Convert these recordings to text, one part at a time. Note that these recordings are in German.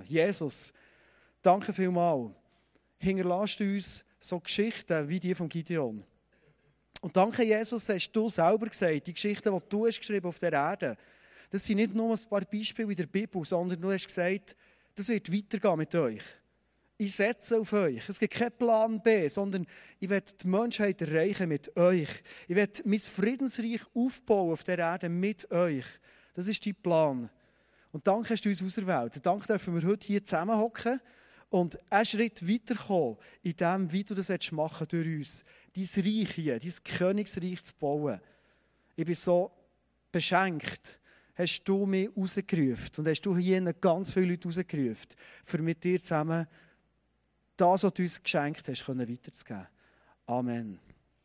Jesus, danke vielmals. Hinterlasst uns so Geschichten wie die von Gideon. Und danke, Jesus, hast du selber gesagt, die Geschichten, die du hast geschrieben auf der Erde, das sind nicht nur ein paar Beispiele in der Bibel, sondern du hast gesagt, das wird weitergehen mit euch. Ich setze auf euch. Es gibt keinen Plan B, sondern ich werde die Menschheit erreichen mit euch. Ich werde mein Friedensreich aufbauen auf der Erde mit euch. Das ist dein Plan. Und danke, hast du uns auserwählt. Danke, dürfen wir heute hier zusammenhocken und einen Schritt weiterkommen in dem, wie du das machen willst, durch uns. Dein Reich hier, dein Königsreich zu bauen. Ich bin so beschenkt, hast du mich rausgerufen und hast du hier ganz viele Leute rausgerufen, für mit dir zusammen das, was du uns geschenkt hast, weiterzugeben. Amen.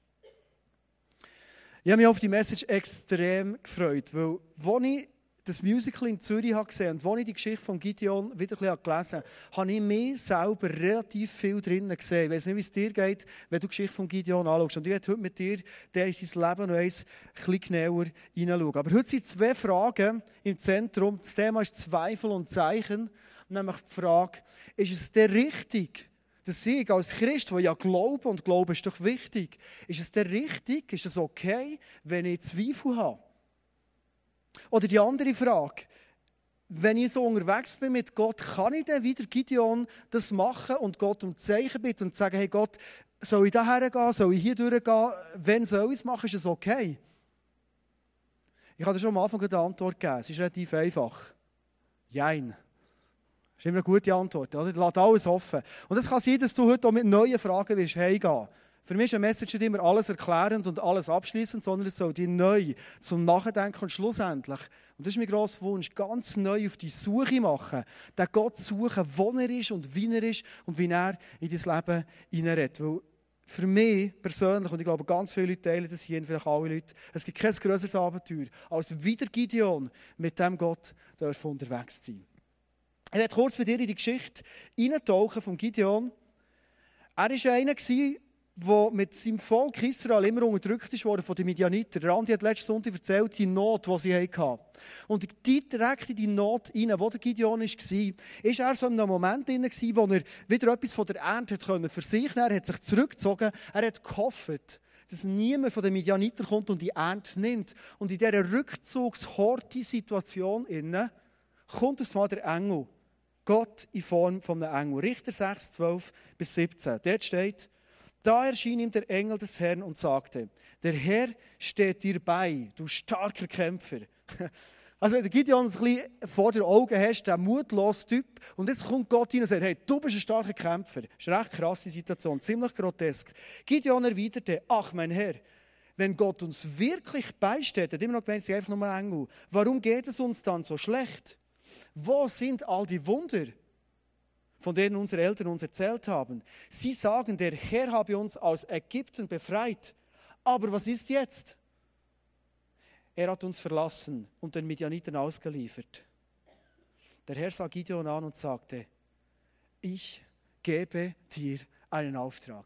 Ich habe mich auf die Message extrem gefreut, weil als ich das Musical in Zürich gesehen habe und als ich die Geschichte von Gideon wieder ein bisschen gelesen habe, habe ich mich selber relativ viel drinnen gesehen. Ich weiss nicht, wie es dir geht, wenn du die Geschichte von Gideon anschaust. Und ich werde heute mit dir in sein Leben noch ein bisschen genauer hineinschauen. Aber heute sind 2 Fragen im Zentrum. Das Thema ist Zweifel und Zeichen. Nämlich die Frage, ist es der richtig, dass ich als Christ, der ja glaube, und Glaube ist doch wichtig, ist es der richtig, ist es okay, wenn ich Zweifel habe? Oder die andere Frage, wenn ich so unterwegs bin mit Gott, kann ich dann wieder Gideon das machen und Gott um Zeichen bitten und sagen, hey Gott, soll ich da hergehen, soll ich hier durchgehen, wenn soll ich es machen, ist es okay? Ich habe dir schon am Anfang eine Antwort gegeben, es ist relativ einfach. Jein. Das ist immer eine gute Antwort, oder? Lass alles offen. Und es kann sein, dass du heute auch mit neuen Fragen wirst heimgehen. Für mich ist eine Message nicht immer alles erklärend und alles abschließend, sondern es soll dir neu zum Nachdenken und schlussendlich, und das ist mein grosser Wunsch, ganz neu auf die Suche machen, den Gott suchen, wo er ist und wie er ist und wie er in dein Leben hineinredet. Weil für mich persönlich, und ich glaube, ganz viele Leute teilen das hier, vielleicht alle Leute, es gibt kein grösseres Abenteuer, als wieder Gideon mit dem Gott unterwegs zu sein. Ich werde kurz mit dir in die Geschichte eintauchen von Gideon. Er war einer, der mit seinem Volk Israel immer unterdrückt wurde von den Midianitern. Randi hat letzten Sonntag erzählt, die Not, die sie hatten. Und direkt in die Not hinein, wo der Gideon war, war er so in einem Moment hinein, wo er wieder etwas von der Ernte für sich nehmen. Er hat sich zurückgezogen, er hat gehofft, dass niemand von den Midianitern kommt und die Ernte nimmt. Und in dieser Rückzugshorte-Situation kommt aufs Mal der Engel. Gott in Form von einem Engel. Richter 6, 12 bis 17. Dort steht, da erschien ihm der Engel des Herrn und sagte, der Herr steht dir bei, du starker Kämpfer. Also wenn du Gideon ein bisschen vor den Augen hast, der mutlose Typ, und jetzt kommt Gott rein und sagt, hey, du bist ein starker Kämpfer. Das ist eine recht krasse Situation, ziemlich grotesk. Gideon erwiderte, ach mein Herr, wenn Gott uns wirklich beisteht, hat immer noch gemeint, es ist einfach nur ein Engel, warum geht es uns dann so schlecht? Wo sind all die Wunder, von denen unsere Eltern uns erzählt haben? Sie sagen, der Herr habe uns aus Ägypten befreit. Aber was ist jetzt? Er hat uns verlassen und den Midianiten ausgeliefert. Der Herr sah Gideon an und sagte, ich gebe dir einen Auftrag.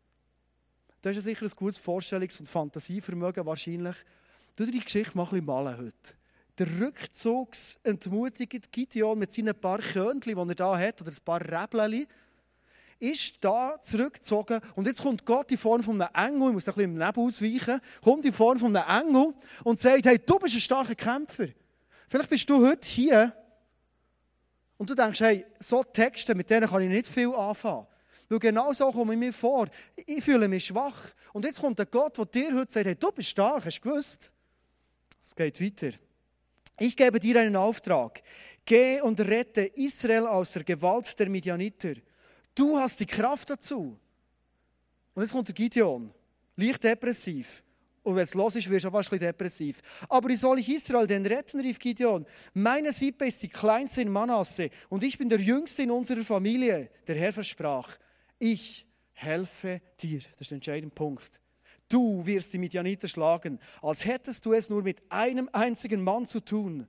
Das ist ja sicher ein gutes Vorstellungs- und Fantasievermögen wahrscheinlich. Du dir die Geschichte mal ein bisschen malen heute. Der rückzugsentmutigte Gideon mit seinen paar Körnchen, die er da hat, oder ein paar Räbchen, ist da zurückgezogen. Und jetzt kommt Gott in Form von einem Engel, ich muss ein bisschen im Nebel ausweichen, kommt in Form von einem Engel und sagt, hey, du bist ein starker Kämpfer. Vielleicht bist du heute hier und du denkst, hey, so Texte, mit denen kann ich nicht viel anfangen. Weil genau so komme ich mir vor. Ich fühle mich schwach. Und jetzt kommt der Gott, der dir heute sagt, hey, du bist stark, hast du gewusst? Es geht weiter. Ich gebe dir einen Auftrag. Geh und rette Israel aus der Gewalt der Midianiter. Du hast die Kraft dazu. Und jetzt kommt der Gideon. Leicht depressiv. Und wenn es los ist, wirst du fast ein bisschen depressiv. Aber wie soll ich Israel denn retten, rief Gideon. Meine Sippe ist die kleinste in Manasse und ich bin der Jüngste in unserer Familie. Der Herr versprach, ich helfe dir. Das ist der entscheidende Punkt. Du wirst die Midianiter schlagen, als hättest du es nur mit einem einzigen Mann zu tun.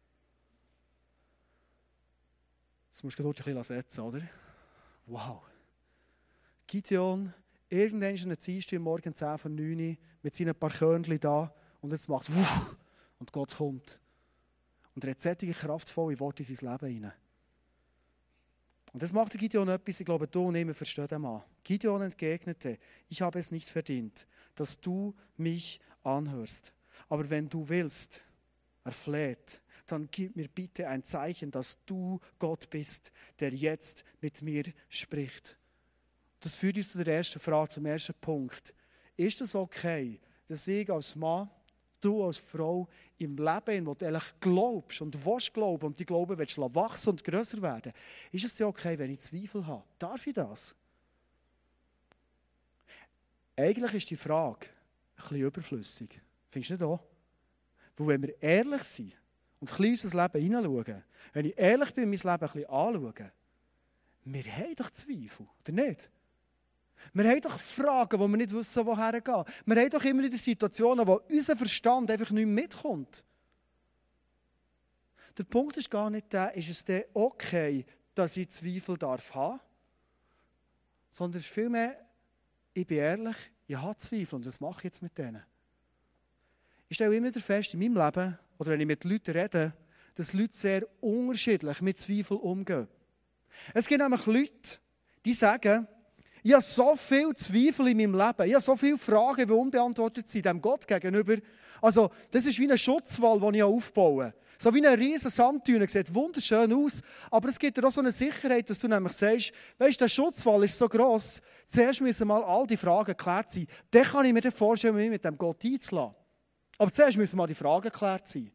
Das musst du dort ein bisschen setzen, oder? Wow. Gideon, irgendwann ist eine Dienstag morgen 10 vor 9 Uhr mit seinen paar Körnchen da und jetzt macht es wuff und Gott kommt. Und er hat solche kraftvolle Worte in sein Leben hinein. Und das macht der Gideon etwas, ich glaube, du und ich, wir verstehen den Mann. Gideon entgegnete, ich habe es nicht verdient, dass du mich anhörst. Aber wenn du willst, er fleht, dann gib mir bitte ein Zeichen, dass du Gott bist, der jetzt mit mir spricht. Das führt uns zu der ersten Frage, zum ersten Punkt. Ist es okay, dass ich als Mann, du als Frau im Leben, in dem du eigentlich glaubst und willst glauben und die Glauben willst wachsen und grösser werden, ist es dir okay, wenn ich Zweifel habe? Darf ich das? Eigentlich ist die Frage ein bisschen überflüssig. Findest du nicht auch? Weil wenn wir ehrlich sind und ein bisschen in unser Leben hineinschauen, wenn ich ehrlich bin, mein Leben ein bisschen anschaue, wir haben doch Zweifel, oder nicht? Wir haben doch Fragen, wo wir nicht wissen, woher gehen. Wir haben doch immer wieder Situationen, wo unser Verstand einfach nicht mitkommt. Der Punkt ist gar nicht der, ist es denn okay, dass ich Zweifel darf haben? Sondern vielmehr, ich bin ehrlich, ich habe Zweifel und was mache ich jetzt mit denen? Ich stelle immer wieder fest, in meinem Leben, oder wenn ich mit Leuten rede, dass Leute sehr unterschiedlich mit Zweifeln umgehen. Es gibt nämlich Leute, die sagen, ich habe so viele Zweifel in meinem Leben, ich habe so viele Fragen, die unbeantwortet sind, dem Gott gegenüber. Also, das ist wie ein Schutzwall, den ich aufbaue. So wie eine riesige Sanddüne, sieht wunderschön aus, aber es gibt dir auch so eine Sicherheit, dass du nämlich sagst, weisst, der Schutzwall ist so gross, zuerst müssen mal all die Fragen geklärt sein. Dann kann ich mir vorstellen, mich mit dem Gott einzulassen. Aber zuerst müssen mal die Fragen geklärt sein.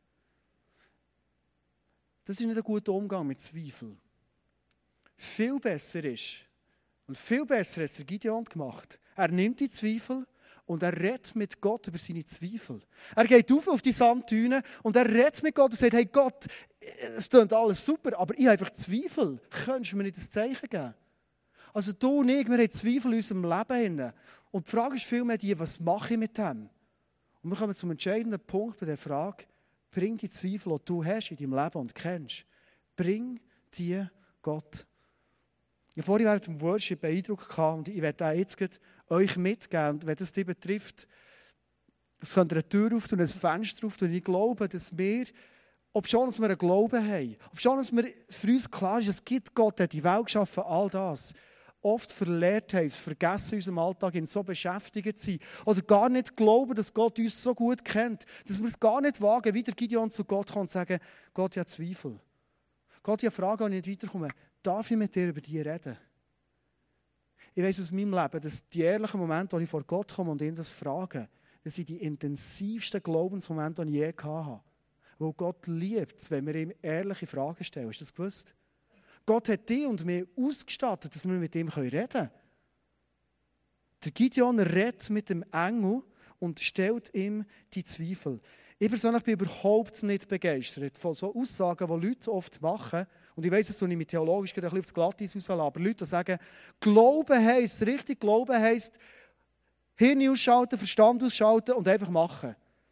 Das ist nicht ein guter Umgang mit Zweifeln. Viel besser ist, und viel besser hat es der Gideon gemacht. Er nimmt die Zweifel und er redet mit Gott über seine Zweifel. Er geht auf die Sanddüne und er redet mit Gott und sagt, hey Gott, es klingt alles super, aber ich habe einfach Zweifel. Könntest du mir nicht ein Zeichen geben? Also du und ich, wir haben Zweifel in unserem Leben. Und die Frage ist vielmehr die, was mache ich mit dem? Und wir kommen zum entscheidenden Punkt bei der Frage, bring die Zweifel, die du hast in deinem Leben und kennst, bring die Gott. Ich habe vorhin während dem Worship einen Eindruck gehabt und ich werde auch jetzt euch mitgeben. Und wenn das dich betrifft, es könnte eine Tür auftun, ein Fenster auftun. Und ich glaube, dass wir, obschon wir einen Glauben haben, obschon es für uns klar ist, es gibt Gott, der hat die Welt geschaffen, all das, oft verlehrt haben, es vergessen in unserem Alltag, in so beschäftigt sind. Oder gar nicht glauben, dass Gott uns so gut kennt, dass wir es gar nicht wagen, wie der Gideon zu Gott kommt und sagen, Gott, ich habe Zweifel. Gott, ich habe Fragen, und ich nicht weiterkomme. Darf ich mit dir über die reden? Ich weiss aus meinem Leben, dass die ehrlichen Momente, wo ich vor Gott komme und ihn das frage, das sind die intensivsten Glaubensmomente, die ich je hatte. Weil Gott liebt es, wenn wir ihm ehrliche Fragen stellen. Hast du das gewusst? Gott hat dich und mich ausgestattet, dass wir mit ihm reden können. Der Gideon redet mit dem Engel und stellt ihm die Zweifel. Ich persönlich bin überhaupt nicht begeistert von so Aussagen, die Leute oft machen. Und ich weiss, dass ich mit theologisch ein bisschen aufs Glatteis rauslasse, aber Leute, die sagen, Glauben heisst, richtig Glauben heisst, Hirn ausschalten, Verstand ausschalten und einfach machen.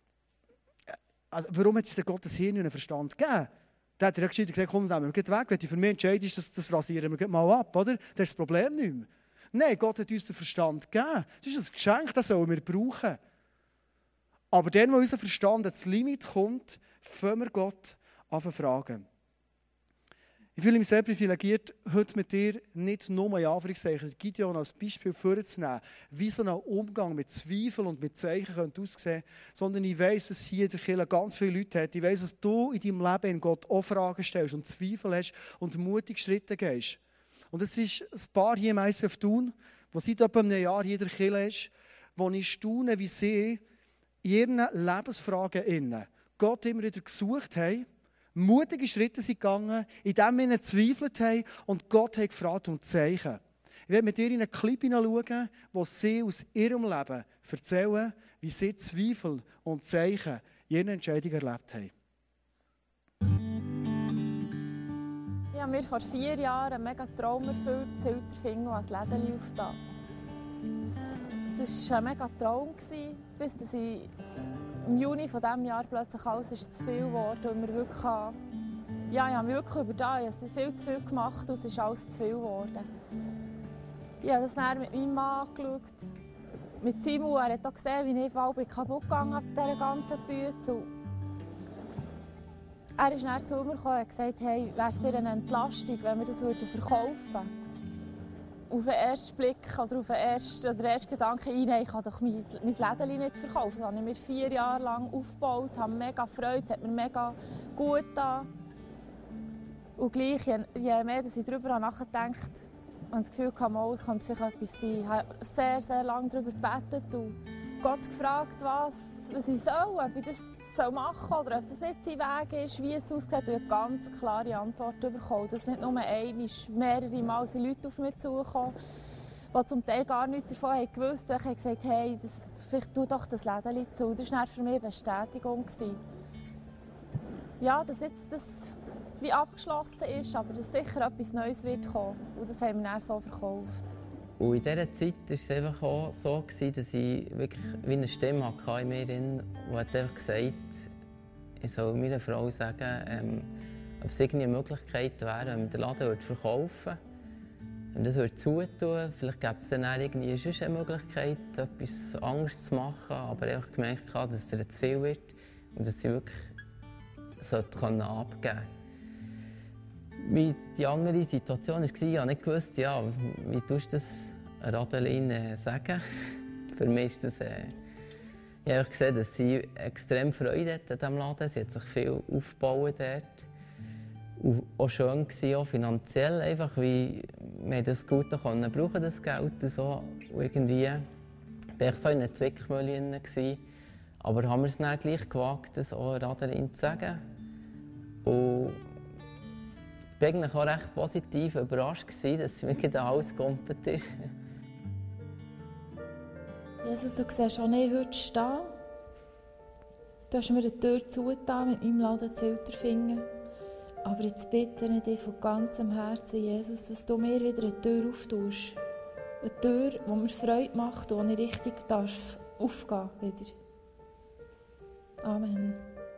Also, warum hat es denn Gott das Hirn und einen Verstand gegeben? Der hat direkt gesagt, komm, nehmen wir weg. Wenn du für mich entscheidest, das rasieren wir mal ab, oder? Das ist das Problem nicht mehr. Nein, Gott hat uns den Verstand gegeben. Das ist ein Geschenk, das sollen wir brauchen. Aber dann, wo unser Verstand ans Limit kommt, fangen wir Gott an zu fragen. Ich fühle mich sehr privilegiert, heute mit dir nicht nur in Anführungszeichen Gideon als Beispiel vorzunehmen, wie so ein Umgang mit Zweifeln und mit Zeichen könnte aussehen, sondern ich weiss, dass hier in der Kirche ganz viele Leute hat. Ich weiss, dass du in deinem Leben in Gott auch Fragen stellst und Zweifel hast und mutig Schritte gehst. Und es ist ein Paar hier im ICF Thun, das seit etwa einem Jahr hier in der Kirche ist, wo ich staune, wie sie in ihren Lebensfragen Gott immer wieder gesucht haben, mutige Schritte sind gegangen, in dem sie gezweifelt haben und Gott hat gefragt um Zeichen. Ich werde mit dir in einen Clip hineinschauen, wo sie aus ihrem Leben erzählen, wie sie Zweifel und Zeichen in ihren Entscheidungen erlebt haben. Ich habe mir vor 4 Jahren einen mega Traum erfüllt, Zilterfingen als Läden aufgetan. Das war ein mega Traum, bis ich im Juni dieses Jahres plötzlich alles ist zu viel geworden und wir wirklich, ich habe mich wirklich überdacht, ich habe viel zu viel gemacht und es ist alles zu viel geworden. Ich habe das dann mit meinem Mann angeschaut, mit Simon, er hat auch gesehen, wie ich bald kaputt gegangen bin bei dieser ganzen Bühne. Er ist dann zu mir gekommen und gesagt, hey, wäre es dir eine Entlastung, wenn wir das verkaufen würden? Auf den ersten Blick oder auf den ersten Gedanken, nein, ich kann doch mein Läden nicht verkaufen. Das habe ich mir 4 Jahre lang aufgebaut, habe mega Freude, es hat mir mega gut getan. Und gleich, je mehr dass ich darüber nachgedacht habe, habe ich das Gefühl, es könnte vielleicht etwas sein. Ich habe sehr, sehr lange darüber gebetet und Gott gefragt, was ich soll, ob ich das machen soll oder ob das nicht sein Weg ist, wie es aussieht. Und ich habe eine ganz klare Antwort bekommen. Das nicht nur einmal, mehrere Mal sind Leute auf mich zugekommen, die zum Teil gar nichts davon haben gewusst. Ich habe gesagt, hey, vielleicht tu doch das Läden zu. Das war für mich eine Bestätigung. Ja, dass jetzt das wie abgeschlossen ist, aber dass sicher etwas Neues wird kommen. Und das haben wir dann so verkauft. Und in dieser Zeit war es einfach auch so, dass ich wirklich wie eine Stimme hatte in mir, die hat einfach gesagt, ich soll meiner Frau sagen, ob es irgendeine Möglichkeit wäre, wenn wir den Laden verkaufen würden. Wenn wir das zutun, vielleicht gäbe es dann irgendwie sonst eine Möglichkeit, etwas anderes zu machen, aber ich habe gemerkt, dass es zu viel wird und dass sie wirklich abgeben konnte. Wie die andere Situation war, ich habe nicht gewusst, wie tust du das Adeline sagen. Für mich ist das, ich habe gesehen, dass sie extrem Freude hat an diesem Laden. Sie hat sich viel aufgebaut dort. Und auch schön war, auch finanziell, einfach, wie wir das gut brauchen konnten, das Geld und so. Und irgendwie war ich so in einer Zwickmühle. Aber haben wir es dann gleich gewagt, das auch Adeline zu sagen. Und ich war eigentlich auch recht positiv überrascht, dass sie mir alles gekommen ist. Jesus, du siehst auch nicht heute stehen. Du hast mir eine Tür zugetan mit meinem Laden Zilterfingen. Aber jetzt bitte ich dich von ganzem Herzen, Jesus, dass du mir wieder eine Tür auftust. Eine Tür, die mir Freude macht und die ich richtig aufgehen wieder. Amen.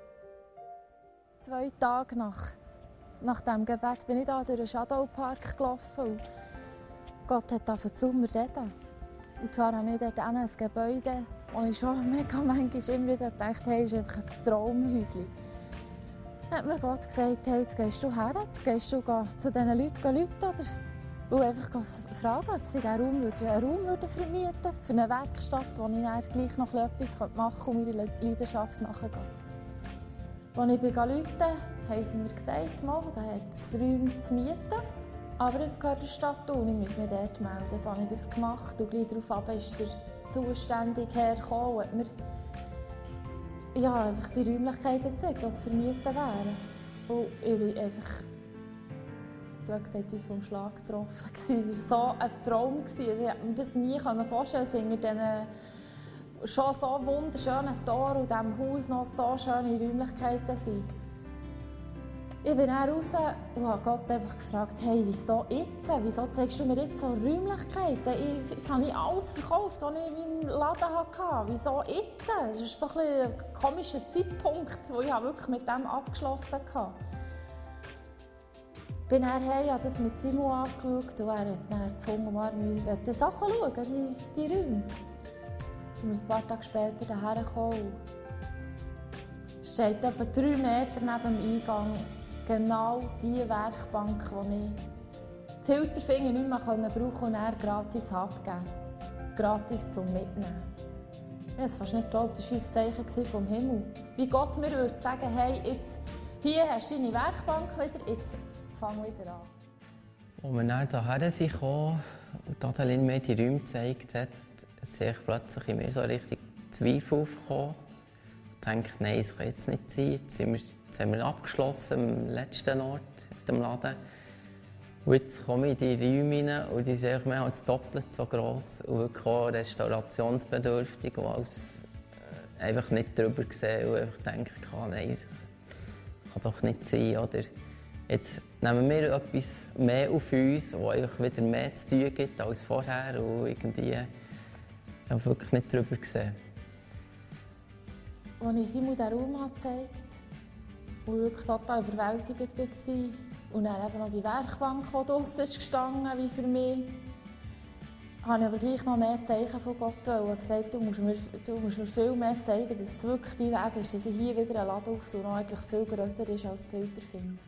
2 Tage nach diesem Gebet bin ich da durch den Shadowpark gelaufen und Gott hat angefangen zu mir reden. Und zwar habe ich dort ein Gebäude, wo ich schon mega manchmal immer wieder gedacht habe, es ist einfach ein Traumhäuschen. Dann hat mir Gott gesagt, hey, jetzt gehst du her, jetzt gehst du zu diesen Leuten oder einfach fragen, ob sie diesen Raum vermieten würden für eine Werkstatt, wo ich dann gleich noch etwas machen und meiner Leidenschaft nachgehen. Als ich rufen haben sie mir gesagt, da hat es Räume zu mieten, aber es gehört der Stadt und ich muss mich dort melden. So habe ich das gemacht und gleich darauf ist der zuständige Herr gekommen und hat mir einfach die Räumlichkeiten gezeigt, die zu vermieten wären. Und ich war einfach, blöd gesagt, wie vom Schlag getroffen. Es war so ein Traum. Ich konnte mir das nie vorstellen, dass hinter diesen schon so wunderschönen Toren und diesem Haus noch so schöne Räumlichkeiten sind. Ich bin dann raus und habe Gott einfach gefragt, hey, wieso jetzt? Wieso zeigst du mir jetzt so Räumlichkeiten? Jetzt habe ich alles verkauft, was ich in meinem Laden hatte. Wieso jetzt? Das ist so ein komischer Zeitpunkt, wo ich wirklich mit dem abgeschlossen hatte. Ich bin dann hey, habe das mit Simon angeschaut und er hat dann gefunden, wir wollen das auch schauen, die Räume. Dann sind wir ein paar Tage später hierher gekommen. Es steht etwa 3 Meter neben dem Eingang genau die Werkbank, die ich Zilterfingen nicht mehr brauchen konnte und dann gratis abgeben. Gratis zum Mitnehmen. Ich habe es fast nicht geglaubt, das war ein Zeichen vom Himmel. Wie Gott mir würde sagen, hey, jetzt, hier hast du deine Werkbank wieder, jetzt fang wieder an. Als wir dann hierher kamen und Adeline mir die Räume gezeigt hat, sehe ich plötzlich in mir so richtig Zweifel aufgekommen. Ich dachte, nein, es kann jetzt nicht sein. Jetzt haben wir abgeschlossen am letzten Ort, dem Laden. Und jetzt komme ich in die Räume rein und die sind mehr als doppelt so gross und wirklich auch restaurationsbedürftig, und alles einfach nicht drüber gesehen und einfach denke, nein, das kann doch nicht sein. Oder jetzt nehmen wir etwas mehr auf uns, das einfach wieder mehr zu tun gibt als vorher und irgendwie wirklich nicht drüber gesehen. Als ich Simon den Raum gezeigt habe, und wirklich total überwältigt war, und dann eben noch die Werkbank, die draussen gestanden wie für mich, habe ich aber gleich noch mehr Zeichen von Gott wollen und gesagt, du musst mir viel mehr zeigen, dass es wirklich dein Weg ist, dass ich hier wieder einen Laden auftue, der noch eigentlich viel grösser ist als Zilterfinger.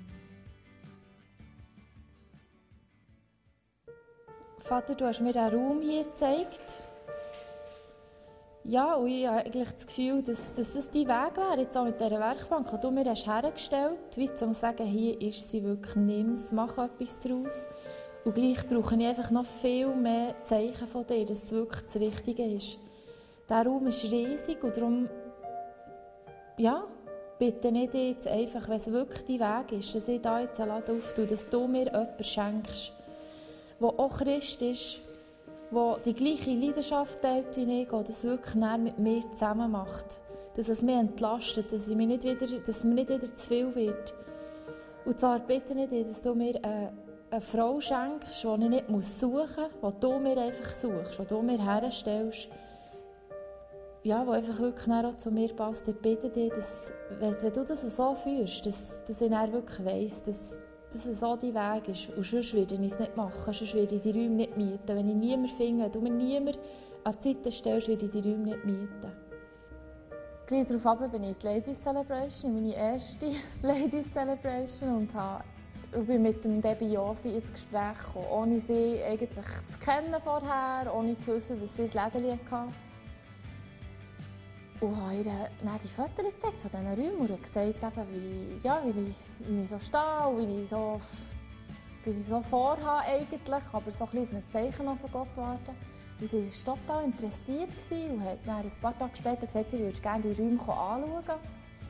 Vater, du hast mir diesen Raum hier gezeigt. Ja, und ich habe eigentlich das Gefühl, dass das dein Weg wäre, jetzt auch mit dieser Werkbank, die du mir hergestellt hast, wie zum sagen, hier ist sie wirklich, nimm es, mach etwas daraus. Und gleich brauche ich einfach noch viel mehr Zeichen von dir, dass es wirklich das Richtige ist. Dieser Raum ist riesig und darum, ja, bitte ich dich jetzt einfach, wenn es wirklich dein Weg ist, dass ich da jetzt einen Laden auftue, dass du mir jemanden schenkst, der auch Christ ist, der die gleiche Leidenschaft teilt wie ich, und das wirklich mit mir zusammen macht. Dass es mich entlastet, dass mir nicht wieder zu viel wird. Und zwar bitte ich dich, dass du mir eine Frau schenkst, die ich nicht suchen muss, die du mir einfach suchst, die du mir herstellst, ja, die einfach wirklich auch zu mir passt. Ich bitte dich, dass, wenn du das so führst, dass ich dann wirklich weiss, dass es so dein Weg ist. Und sonst werde ich es nicht machen, sonst werde ich die Räume nicht mieten. Wenn ich niemanden finde, wenn du mir niemanden an die Seite stellst, werde ich die Räume nicht mieten. Gleich darauf bin ich in die Ladies Celebration, meine erste Ladies Celebration, und bin mit dem Debbie Josi ins Gespräch gekommen, ohne sie eigentlich zu kennen vorher, ohne zu wissen, dass sie ein Lädchen hatte. Und habe ihr dann die Fotos gezeigt von diesen Räumen und gesagt, wie ich so stehe und wie ich so vorhabe eigentlich, aber so ein bisschen auf ein Zeichen noch von Gott warten. Und sie war total interessiert und hat dann ein paar Tage später gesagt, sie würde gerne die Räume anschauen.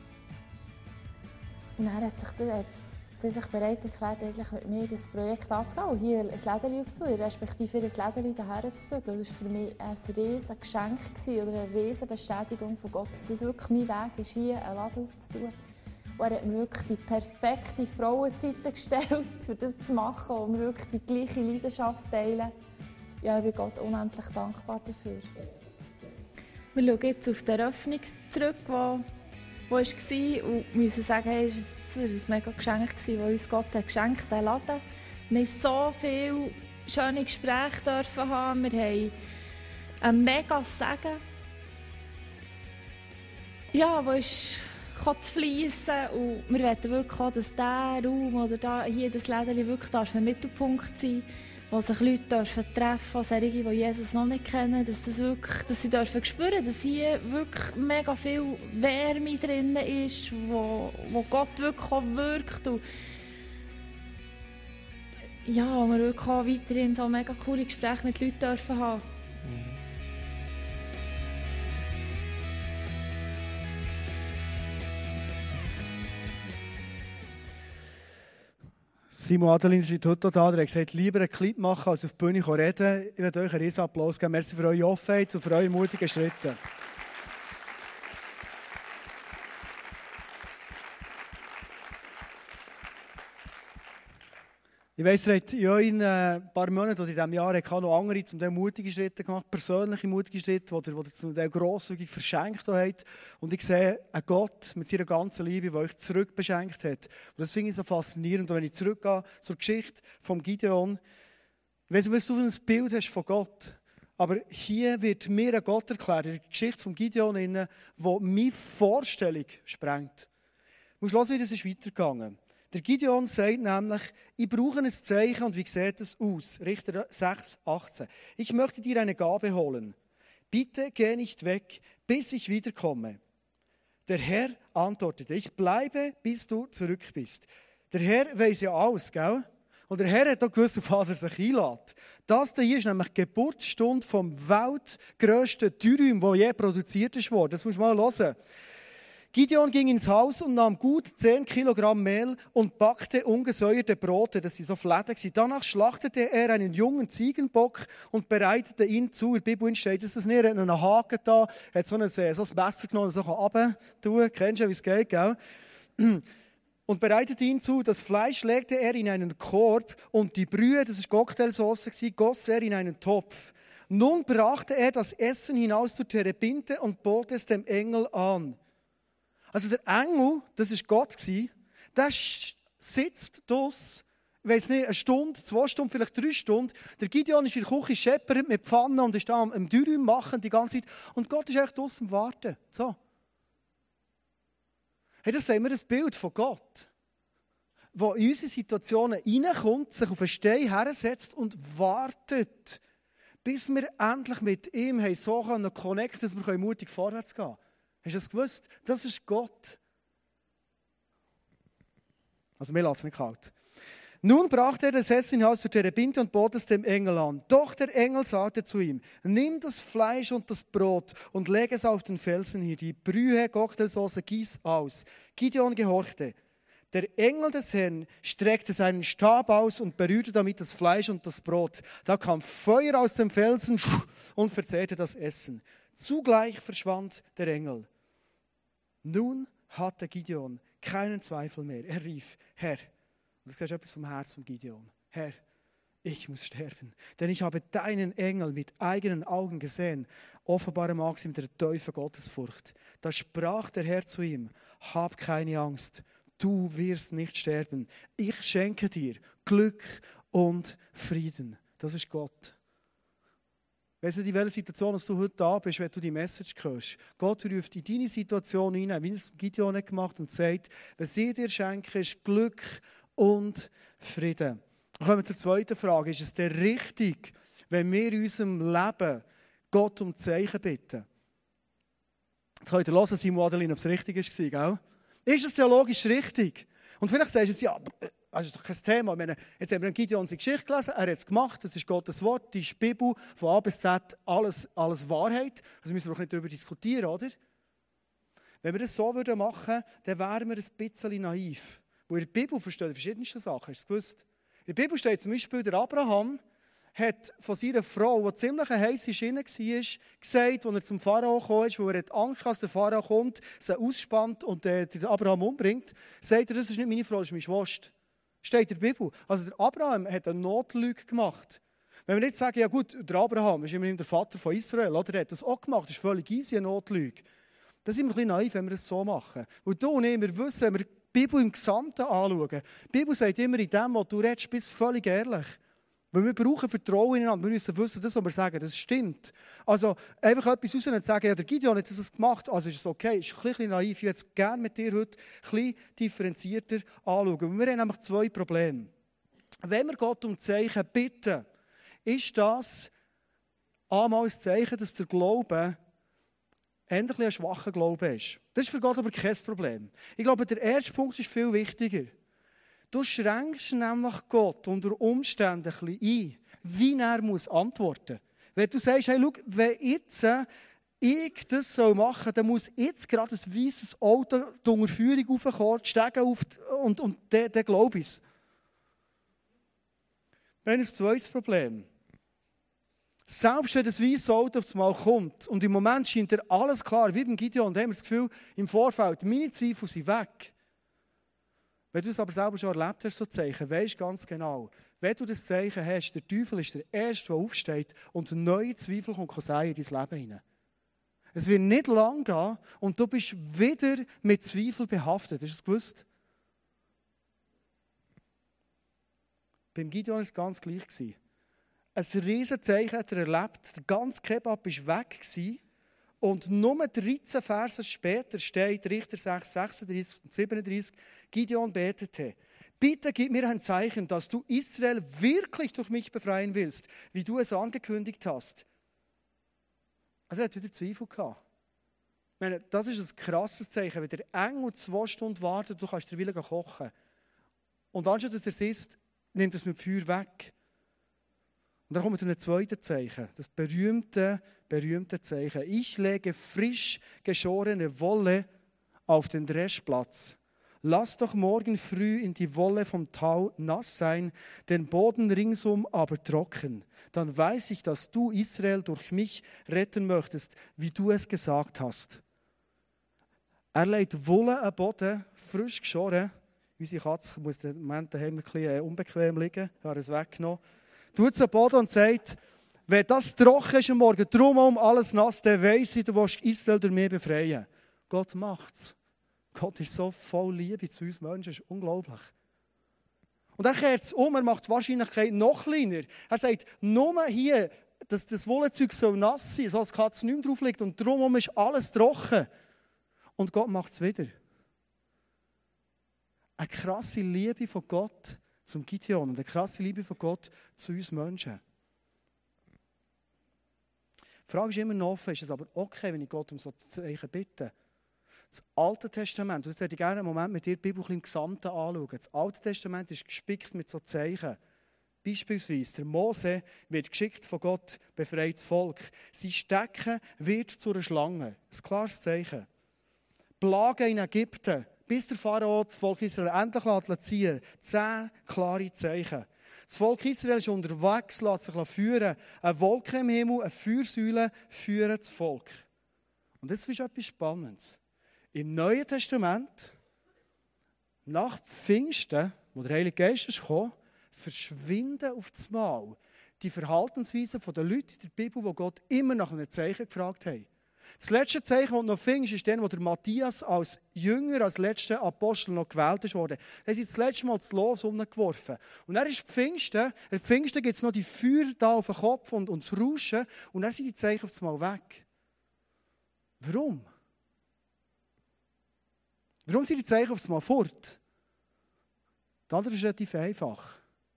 Und dann hat sie sich bereit erklärt, eigentlich mit mir das Projekt anzugehen und hier ein Lädchen aufzutun, respektive ihr ein Lädchen daher zu tun. Das war für mich ein riesiges Geschenk oder eine riesige Bestätigung von Gott, dass das wirklich mein Weg ist, hier einen Laden aufzutun. Und er hat mir wirklich die perfekte Frauenzeit gestellt, um das zu machen und wir wirklich die gleiche Leidenschaft teilen. Ja, ich bin Gott unendlich dankbar dafür. Wir schauen jetzt auf die Eröffnung zurück, die war und müssen sagen, es war ein mega Geschenk, das uns Gott geschenkt hat, den Laden. Wir durften so viele schöne Gespräche haben. Wir haben einen mega Segen, ja, der ist zu fließen. Und wir wollen wirklich auch, dass dieser Raum oder hier das Lädchen wirklich ein Mittelpunkt sein darf, wo sich Leute treffen dürfen, solche, die Jesus noch nicht kennen, dass sie dürfen spüren, dass hier wirklich mega viel Wärme drin ist, wo Gott wirklich auch wirkt. Und ja, wo wir wirklich auch weiterhin so mega coole Gespräche mit Leuten dürfen haben. Simon Adelin ist heute da, der hat gesagt, lieber einen Clip machen, als auf die Bühne reden. Ich werde euch einen riesen Applaus geben. Merci für eure Offenheit und für eure mutigen Schritte. Ich weiss, ihr habt in ein paar Monaten oder in diesem Jahr noch andere zum Teil mutige Schritte gemacht, persönliche mutige Schritte, die ihr zum Teil grosszügig verschenkt habt. Und ich sehe einen Gott mit seiner ganzen Liebe, der euch zurückbeschenkt hat. Und das finde ich so faszinierend. Und wenn ich zurückgehe zur Geschichte von Gideon, ich weiss nicht, was du für ein Bild hast von Gott, aber hier wird mir ein Gott erklärt, in der Geschichte von Gideon, die meine Vorstellung sprengt. Du musst hören, wie das ist weitergegangen. Der Gideon sagt nämlich, ich brauche ein Zeichen und wie sieht es aus? Richter 6, 18. Ich möchte dir eine Gabe holen. Bitte geh nicht weg, bis ich wiederkomme. Der Herr antwortete, ich bleibe, bis du zurück bist. Der Herr weiss ja alles, gell? Und der Herr hat auch gewusst, auf was er sich einlässt. Das hier ist nämlich die Geburtsstunde vom weltgrössten Dürüm, der je produziert wurde. Das musst du mal hören. Gideon ging ins Haus und nahm gut 10 Kilogramm Mehl und backte ungesäuerte Brote, das sind so Fläden. Danach schlachtete er einen jungen Ziegenbock und bereitete ihn zu. In der Bibel steht, dass es nicht, er hat einen Haken da, hat so ein Messer genommen, das so runter tun. Kennst du, wie es geht, gell? Und bereitete ihn zu. Das Fleisch legte er in einen Korb und die Brühe, das war Cocktailsauce, goss er in einen Topf. Nun brachte er das Essen hinaus zur Terebinte und bot es dem Engel an. Also der Engel, das war Gott, der sitzt draussen ich weiss nicht, 1 Stunde, 2 Stunden, vielleicht 3 Stunden. Der Gideon ist in der Küche, scheppert mit Pfannen und ist da am Dürüm machen die ganze Zeit. Und Gott ist eigentlich draussen am Warten. So. Hey, das sehen wir das Bild von Gott, der in unsere Situationen hineinkommt, sich auf einen Stein hersetzt und wartet, bis wir endlich mit ihm so connecten, dass wir mutig vorwärts gehen können. Hast du das gewusst? Das ist Gott. Also wir lassen es nicht kalt. Nun brachte er das Essen hinaus zur Terebinte und bot es dem Engel an. Doch der Engel sagte zu ihm, nimm das Fleisch und das Brot und leg es auf den Felsen hier. Die Brühe, Cocktailsauce, gieß aus. Gideon gehorchte. Der Engel des Herrn streckte seinen Stab aus und berührte damit das Fleisch und das Brot. Da kam Feuer aus dem Felsen und verzehrte das Essen. Zugleich verschwand der Engel. Nun hatte Gideon keinen Zweifel mehr. Er rief, Herr, und das ist etwas vom Herz von Gideon. Herr, ich muss sterben, denn ich habe deinen Engel mit eigenen Augen gesehen. Offenbare Maxim der Teufel Gottesfurcht. Da sprach der Herr zu ihm, hab keine Angst, du wirst nicht sterben. Ich schenke dir Glück und Frieden. Das ist Gott. Weißt du, in welcher Situation dass du heute da bist, wenn du die Message hörst? Gott ruft in deine Situation hinein, wie er es Gideon gemacht hat und sagt, was ich dir schenke, ist Glück und Frieden. Dann kommen wir zur zweiten Frage. Ist es denn richtig, wenn wir in unserem Leben Gott um Zeichen bitten? Jetzt könnt ihr hören, Simon Adeline, ob es richtig war, gell? Ist es theologisch richtig? Und vielleicht sagst du jetzt, ja, das ist doch kein Thema. Ich meine, jetzt haben wir Gideon seine Geschichte gelesen, er hat es gemacht, das ist Gottes Wort, die Bibel von A bis Z, alles Wahrheit. Also müssen wir auch nicht darüber diskutieren, oder? Wenn wir das so machen würden, dann wären wir ein bisschen naiv. Weil in der Bibel verstehen verschiedenste Sachen, hast du es gewusst? In der Bibel steht zum Beispiel, der Abraham hat von seiner Frau, die ziemlich eine heisse Schiene war, gesagt, als er zum Pharao gekommen ist, weil er Angst hatte, dass der Pharao kommt, sie ausspannt und den Abraham umbringt, sagt er, das ist nicht meine Frau, das ist meine Schwester. Steht in der Bibel. Also der Abraham hat eine Notlüge gemacht. Wenn wir nicht sagen, ja gut, der Abraham ist immerhin der Vater von Israel, oder? Er hat das auch gemacht, das ist völlig easy, eine Notlüge. Das sind wir ein bisschen naiv, wenn wir das so machen. Weil du und ich, wir wissen, wenn wir die Bibel im Gesamten anschauen, die Bibel sagt immer, in dem, was du redest, bist völlig ehrlich. Weil wir brauchen Vertrauen ineinander. Wir müssen wissen, das, was wir sagen, das stimmt. Also einfach etwas rausnehmen und sagen, ja, der Gideon hat das gemacht, also ist es okay. Ist ein bisschen naiv. Ich würde es gerne mit dir heute ein bisschen differenzierter anschauen. Und wir haben nämlich 2 Probleme. Wenn wir Gott um Zeichen bitten, ist das einmal ein Zeichen, dass der Glaube endlich ein schwacher Glaube ist. Das ist für Gott aber kein Problem. Ich glaube, der erste Punkt ist viel wichtiger. Du schränkst nämlich Gott unter Umständen ein bisschen ein, wie er muss antworten muss. Wenn du sagst, hey, schau, wenn jetzt ich das machen soll, dann muss jetzt gerade ein weißes Auto die Unterführung raufkommen, die Stege auf und dann glaube ich es. Wir haben ein zweites Problem. Selbst wenn das weiße Auto aufs Mal kommt und im Moment scheint dir alles klar, wie beim Gideon, dann haben wir das Gefühl, im Vorfeld, meine Zweifel sind weg. Wenn du es aber selber schon erlebt hast, so Zeichen, weisst ganz genau, wenn du das Zeichen hast, der Teufel ist der Erste, der aufsteht und neue Zweifel in dein Leben hinein. Es wird nicht lang gehen und du bist wieder mit Zweifel behaftet. Hast du es gewusst? Beim Gideon war es ganz gleich. Ein riesiges Zeichen hat er erlebt. Der ganze Kebab war weg. Und nur 13 Verse später steht, Richter 6, 36 und 37, Gideon betete, bitte gib mir ein Zeichen, dass du Israel wirklich durch mich befreien willst, wie du es angekündigt hast. Also er hat wieder Zweifel gehabt. Ich meine, das ist ein krasses Zeichen, wenn der Engel 2 Stunden wartet, du kannst dir wieder kochen. Und anstatt dass er es isst, nimmt es mit Feuer weg. Und dann kommen wir zu einem zweiten Zeichen, das berühmte Zeichen. Ich lege frisch geschorene Wolle auf den Dreschplatz. Lass doch morgen früh in die Wolle vom Tau nass sein, den Boden ringsum aber trocken. Dann weiß ich, dass du Israel durch mich retten möchtest, wie du es gesagt hast. Er legt Wolle am Boden, frisch geschoren. Unsere Katze muss im Moment daheim ein bisschen unbequem liegen, ich habe es weggenommen. Tut es am Boden und sagt, wenn das trocken ist am Morgen, drumherum alles nass, dann weiss ich, du willst Israel durch mich befreien. Gott macht es. Gott ist so voll Liebe zu uns Menschen, das ist unglaublich. Und er kehrt es um, er macht die Wahrscheinlichkeit noch kleiner. Er sagt, nur hier, dass das Wollzeug so nass sein, so als die Katze nicht mehr drauf liegt und drumherum ist alles trocken. Und Gott macht es wieder. Eine krasse Liebe von Gott zum Gideon und eine krasse Liebe von Gott zu uns Menschen. Die Frage ist immer noch offen, ist es aber okay, wenn ich Gott um so Zeichen bitte? Das Alte Testament, und jetzt würde ich gerne einen Moment mit dir die Bibel im Gesamten anschauen. Das Alte Testament ist gespickt mit so Zeichen. Beispielsweise, der Mose wird geschickt von Gott, befreit das Volk. Sein Stecken wird zu einer Schlange. Ein klares Zeichen. Plagen in Ägypten, bis der Pharao das Volk Israel endlich ziehen lässt. 10 klare Zeichen. Das Volk Israel ist unterwegs, lässt sich führen. Eine Wolke im Himmel, eine Feuersäule führen das Volk. Und jetzt ist etwas Spannendes. Im Neuen Testament, nach Pfingsten, wo der Heilige Geist ist gekommen, verschwinden auf das Mal die Verhaltensweisen der Leute in der Bibel, die Gott immer nach einem Zeichen gefragt haben. Das letzte Zeichen, das noch Pfingst, ist dann, wo der Matthias als Jünger, als letzter Apostel noch gewählt wurde. Da haben sie das letzte Mal das Los umgeworfen. Und dann ist Pfingsten, Pfingsten gibt es noch die Feuer da auf dem Kopf und das Rauschen, und dann sind die Zeichen auf das Mal weg. Warum? Warum sind die Zeichen auf das Mal fort? Die Antwort ist relativ einfach.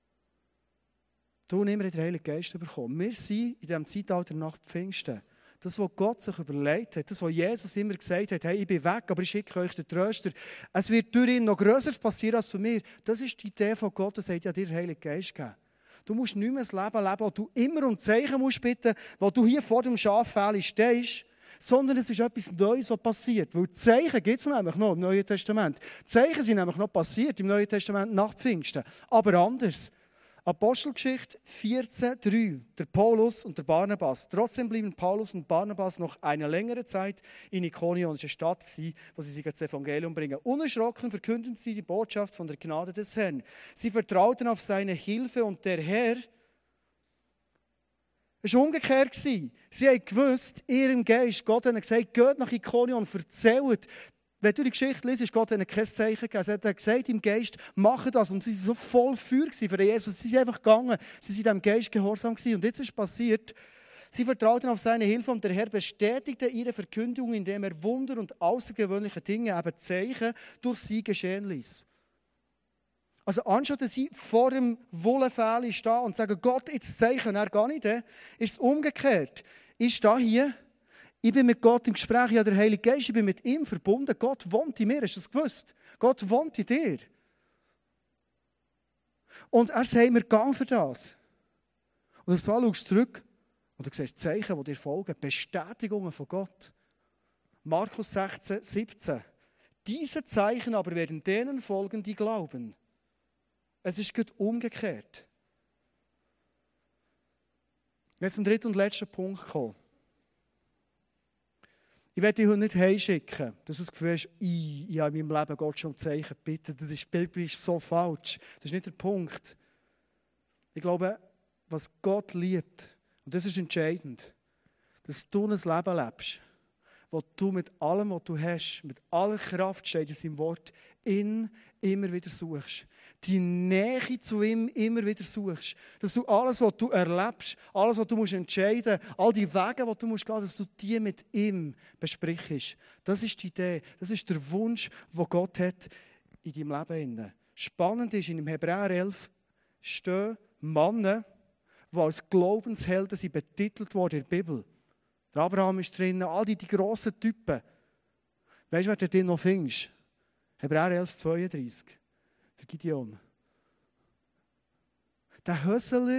Du und ich haben den Heiligen Geist bekommen. Wir sind in diesem Zeitalter nach Pfingsten. Das, was Gott sich überlegt hat, das, was Jesus immer gesagt hat, hey, ich bin weg, aber ich schicke euch den Tröster. Es wird durch ihn noch Größeres passieren als bei mir. Das ist die Idee von Gott, der sagt, ja, dir den Heiligen Geist geben. Du musst nicht mehr das Leben leben, wo du immer um Zeichen musst bitten, wo du hier vor dem Schaffell stehst, sondern es ist etwas Neues, was passiert. Weil Zeichen gibt es nämlich noch im Neuen Testament. Zeichen sind nämlich noch passiert im Neuen Testament nach Pfingsten. Aber anders. Apostelgeschichte 14,3. Der Paulus und der Barnabas. Trotzdem blieben Paulus und Barnabas noch eine längere Zeit in Ikonion, das war eine Stadt, wo sie sich das Evangelium bringen. Unerschrocken verkündeten sie die Botschaft von der Gnade des Herrn. Sie vertrauten auf seine Hilfe und der Herr. Es war umgekehrt. Sie haben gewusst, ihrem Geist, Gott hat gesagt, geht nach Ikonion, erzählt. Wenn du die Geschichte liest, Gott ihnen kein Zeichen gegeben. Er hat gesagt im Geist, mache das. Und sie waren so voll Feuer für Jesus. Sie sind einfach gegangen. Sie waren dem Geist gehorsam gewesen. Und jetzt ist passiert, sie vertrauten auf seine Hilfe und der Herr bestätigte ihre Verkündigung, indem er Wunder und außergewöhnliche Dinge, eben Zeichen, durch sie geschehen ließ. Also anstatt dass sie vor dem Wollenfähl stehen und sagen, Gott, jetzt Zeichen, er gar nicht, ist es umgekehrt. Ich stehe hier, ich bin mit Gott im Gespräch, ich habe den Heiligen Geist, ich bin mit ihm verbunden. Gott wohnt in mir, hast du das gewusst? Gott wohnt in dir. Und er sagt mir, gang für das. Und auf das schaust du zurück und du siehst Zeichen, die dir folgen, Bestätigungen von Gott. Markus 16, 17. Diese Zeichen aber werden denen folgen, die glauben. Es ist gut umgekehrt. Jetzt zum dritten und letzten Punkt kommen. Ich werde dich heute nicht heimschicken, dass du das Gefühl hast, ich habe in meinem Leben Gott schon Zeichen gebeten. Das ist biblisch so falsch. Das ist nicht der Punkt. Ich glaube, was Gott liebt, und das ist entscheidend, dass du ein Leben lebst, wo du mit allem, was du hast, mit aller Kraft, steht in seinem Wort, ihn immer wieder suchst. Die Nähe zu ihm immer wieder suchst. Dass du alles, was du erlebst, alles, was du musst entscheiden musst, all die Wege, die du musst gehen, dass du die mit ihm besprichst. Das ist die Idee, das ist der Wunsch, den Gott hat in deinem Leben. Spannend ist, in Hebräer 11 stehen Männer, die als Glaubenshelden sind betitelt wurden in der Bibel. Der Abraham ist drin, all die grossen Typen. Weißt du, wer du drin noch findest? Hebräer 11, 32. Der Gideon. Der Hösler,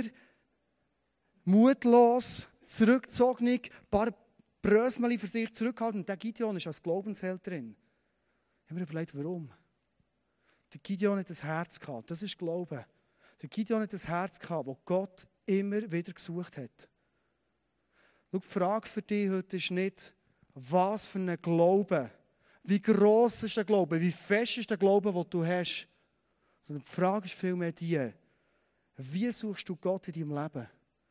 mutlos, zurückgezogen, ein paar Brösmeli für sich zurückgehalten. Und der Gideon ist als Glaubensheld drin. Ich habe mir überlegt, warum. Der Gideon hat ein Herz gehabt. Das ist Glauben. Der Gideon hat ein Herz gehabt, das Gott immer wieder gesucht hat. Schau, die Frage für dich heute ist nicht, was für ein Glaube, wie gross ist der Glaube, wie fest ist der Glaube, den du hast. Sondern die Frage ist vielmehr die, wie suchst du Gott in deinem Leben?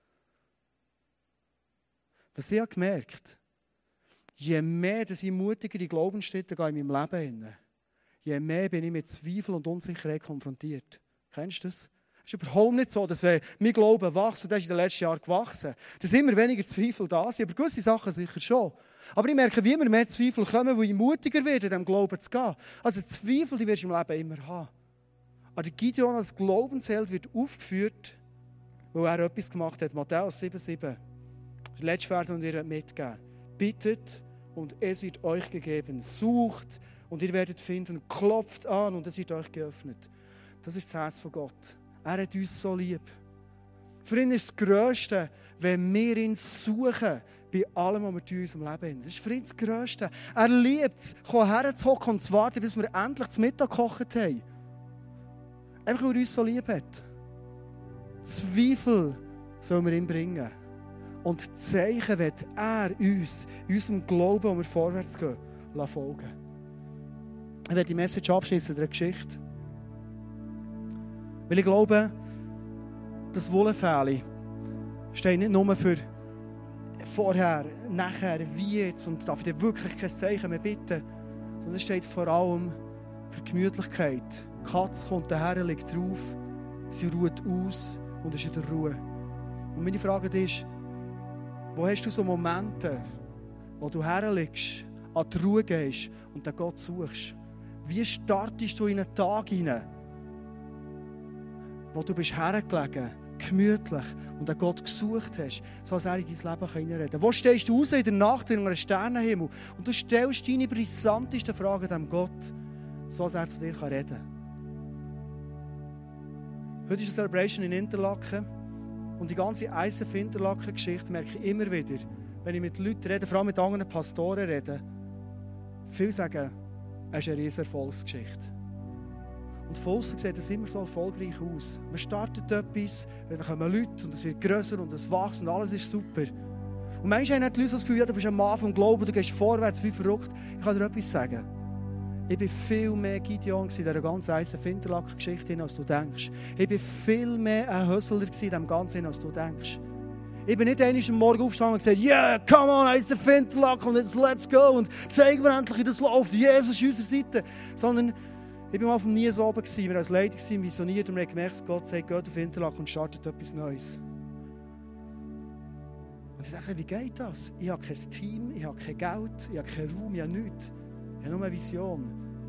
Was ich habe gemerkt, je mehr dass ich mutiger in Glaubensschritte gehe in meinem Leben, je mehr bin ich mit Zweifel und Unsicherheit konfrontiert. Kennst du das? Es ist überhaupt nicht so, dass wenn mein Glaube wächst, und das ist in den letzten Jahren gewachsen, dass immer weniger Zweifel da sind. Aber gewisse Sachen sicher schon. Aber ich merke, wie immer mehr Zweifel kommen, weil ich mutiger werde, in diesem Glauben zu gehen. Also Zweifel, die wirst du im Leben immer haben. Aber der Gideon als Glaubensheld wird aufgeführt, weil er etwas gemacht hat. Matthäus 7,7. Der letzte Vers, den ihr mitgeben. Bittet und es wird euch gegeben. Sucht und ihr werdet finden. Klopft an und es wird euch geöffnet. Das ist das Herz von Gott. Er hat uns so lieb. Für ihn ist das Grösste, wenn wir ihn suchen, bei allem, was wir in unserem Leben haben. Das ist für ihn das Grösste. Er liebt es, herzuhocken und zu warten, bis wir endlich zu Mittag gekocht haben. Einfach, weil er uns so lieb hat. Zweifel sollen wir ihm bringen. Und Zeichen wird er uns, in unserem Glauben, wo wir vorwärts gehen, folgen. Ich werde die Message abschließen mit einer Geschichte. Weil ich glaube, das Wohlefähli steht nicht nur für vorher, nachher, wie jetzt und darf dir wirklich kein Zeichen mehr bitten, sondern es steht vor allem für Gemütlichkeit. Die Katze kommt daher, liegt drauf, sie ruht aus und ist in der Ruhe. Und meine Frage ist, wo hast du so Momente, wo du herliegst, an die Ruhe gehst und den Gott suchst? Wie startest du in einen Tag hinein, wo du bist hergelegen, gemütlich und an Gott gesucht hast, so dass er in dein Leben hineinreden kann? Wo stehst du raus in der Nacht in einem Sternenhimmel und du stellst deine brisantesten Fragen dem Gott, so dass er zu dir reden kann? Heute ist eine Celebration in Interlaken und die ganze ISF Interlaken-Geschichte merke ich immer wieder, wenn ich mit Leuten rede, vor allem mit anderen Pastoren rede, viele sagen, es ist eine riesige Erfolgsgeschichte. Und von außen sieht es immer so erfolgreich aus. Man startet etwas, dann kommen Leute und es wird grösser und es wächst und alles ist super. Und manchmal haben die Leute das Gefühl, ja, du bist am Anfang im Glauben, du gehst vorwärts wie verrückt. Ich kann dir etwas sagen. Ich war viel mehr Gideon in dieser ganzen ISF Interlaken-Geschichte, als du denkst. Ich war viel mehr ein Hössler in diesem Ganzen, als du denkst. Ich bin nicht einmal am Morgen aufgestanden und gesagt, yeah, come on, ISF Interlaken und jetzt let's go und zeig mir endlich, wie das läuft. Jesus ist unserer Seite. Sondern ich war mal auf dem Nies oben, wir waren als Leitung visioniert und wir haben gemerkt, Gott sagt, geht auf Interlaken und startet etwas Neues. Und ich dachte, wie geht das? Ich habe kein Team, ich habe kein Geld, ich habe keinen Raum, ich habe nichts. Ich habe nur eine Vision.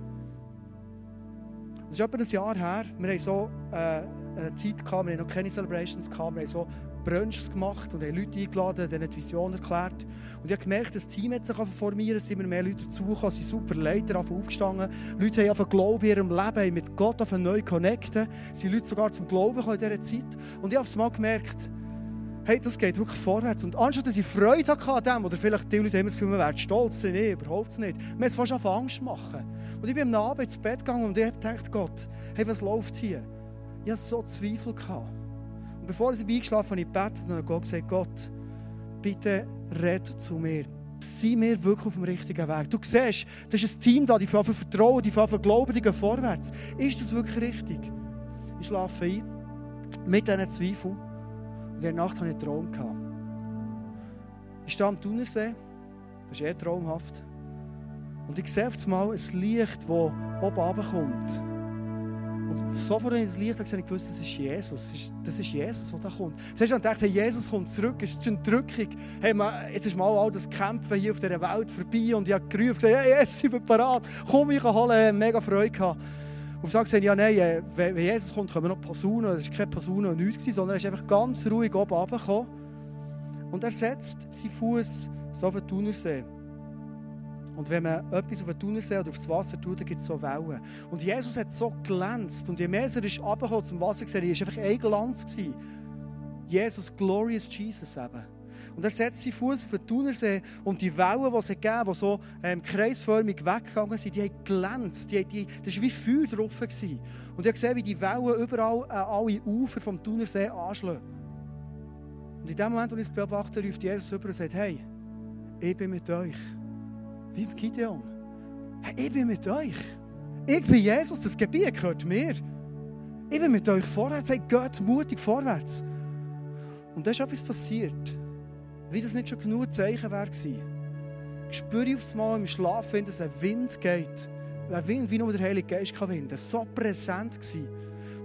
Das ist etwa ein Jahr her. Wir hatten so eine Zeit gehabt, wir hatten noch keine Celebrations gehabt, wir haben so Brunches gemacht und haben Leute eingeladen, denen die Vision erklärt. Und ich habe gemerkt, das Team hat sich formieren, es sind immer mehr Leute dazugekommen, es sind super Leiter aufgestanden. Leute haben auf Glauben in ihrem Leben, haben mit Gott neu connecten, sind Leute sogar zum Glauben gekommen in dieser Zeit. Und ich habe es mal gemerkt, hey, das geht wirklich vorwärts. Und anstatt dass ich Freude hatte an dem, oder vielleicht die Leute haben das Gefühl, man wäre stolz, nee, überhaupt nicht. Man hat es fast auf Angst machen. Und ich bin am Abend ins Bett gegangen und ich habe gedacht, Gott, hey, was läuft hier? Ich hatte so Zweifel gehabt. Und bevor ich eingeschlafen habe, habe ich gebetet und habe Gott gesagt, Gott, bitte red zu mir. Sei mir wirklich auf dem richtigen Weg. Du siehst, das ist ein Team da, die fangen vertrauen, die fangen glauben, die gehen vorwärts. Ist das wirklich richtig? Ich schlafe ein mit diesen Zweifeln. Und in der Nacht hatte ich einen Traum. Ich stehe am Thunersee, das ist traumhaft. Und ich sehe auf einmal ein Licht, das oben runterkommt. Und sofort, als ich das Licht habe, gewusst, das ist Jesus. Das ist Jesus, der da kommt. Zuerst habe ich gedacht, hey, Jesus kommt zurück, es ist eine Drückung. Hey, jetzt ist mal all das Kämpfen hier auf dieser Welt vorbei. Und ich habe gerufen, gesagt, hey, Jesus, ich bin bereit. Komm, ich kann holen. Ich habe mega Freude gehabt. Und ich habe ja nein, wenn Jesus kommt, kommen noch Posaunen. Das war keine Posaune und nichts, sondern er ist einfach ganz ruhig oben runtergekommen. Und er setzt seinen Fuß so auf den Thunersee. Und wenn man etwas auf den Thunersee oder aufs Wasser tut, dann gibt es so Wellen. Und Jesus hat so glänzt. Und je mehr er ist runtergekommen zum Wasser gesehen, war einfach ein Glanz. Jesus, Glorious Jesus eben. Und er setzt seinen Fuß auf den Thunersee und die Wellen, die es gegeben, die so kreisförmig weggegangen sind, die haben glänzt. Das war wie Feuer drauf. Und ich habe gesehen, wie die Wellen überall alle Ufer vom Thunersee anschlagen. Und in dem Moment, wo ich es beobachte, ruft Jesus über und sagt, hey, ich bin mit euch. Wie im Gideon. Hey, ich bin mit euch. Ich bin Jesus, das Gebiet gehört mir. Ich bin mit euch vorwärts. Hey, geht mutig vorwärts. Und da ist etwas passiert. Wie das nicht schon genug Zeichen wäre gewesen. Ich spüre aufs Mal im Schlaf, dass ein Wind geht. Ein Wind, wie nur der Heilige Geist kann winden. So präsent gewesen.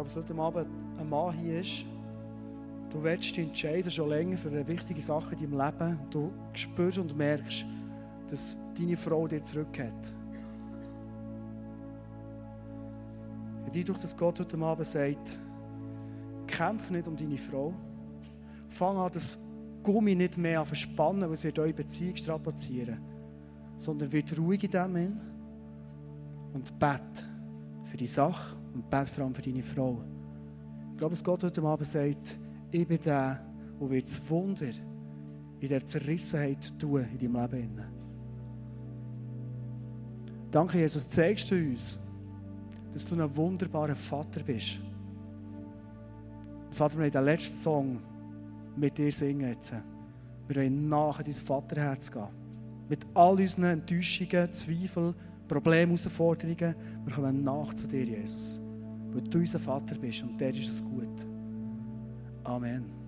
glaube, dass heute Abend ein Mann hier ist. Du willst dich entscheiden, schon länger für eine wichtige Sache in deinem Leben. Du spürst und merkst, dass deine Frau dich zurück hat. Dadurch, dass Gott heute Abend sagt, kämpf nicht um deine Frau. Fang an, das Gummi nicht mehr an verspannen, weil es wird eure Beziehung strapazieren. Sondern wird ruhig in dem Sinn und bet für die Sache und bet vor allem für deine Frau. Ich glaube, dass Gott heute Abend sagt, ich bin der, der wird das Wunder in der Zerrissenheit tun in deinem Leben. Danke, Jesus, zeigst du uns, dass du ein wunderbarer Vater bist. Vater, wir wollen den letzten Song mit dir singen jetzt. Wir wollen nachher dein Vaterherz gehen. Mit all unseren Enttäuschungen, Zweifeln, Problemen, Herausforderungen. Wir kommen nach zu dir, Jesus. Weil du unser Vater bist und der ist es gut. Amen.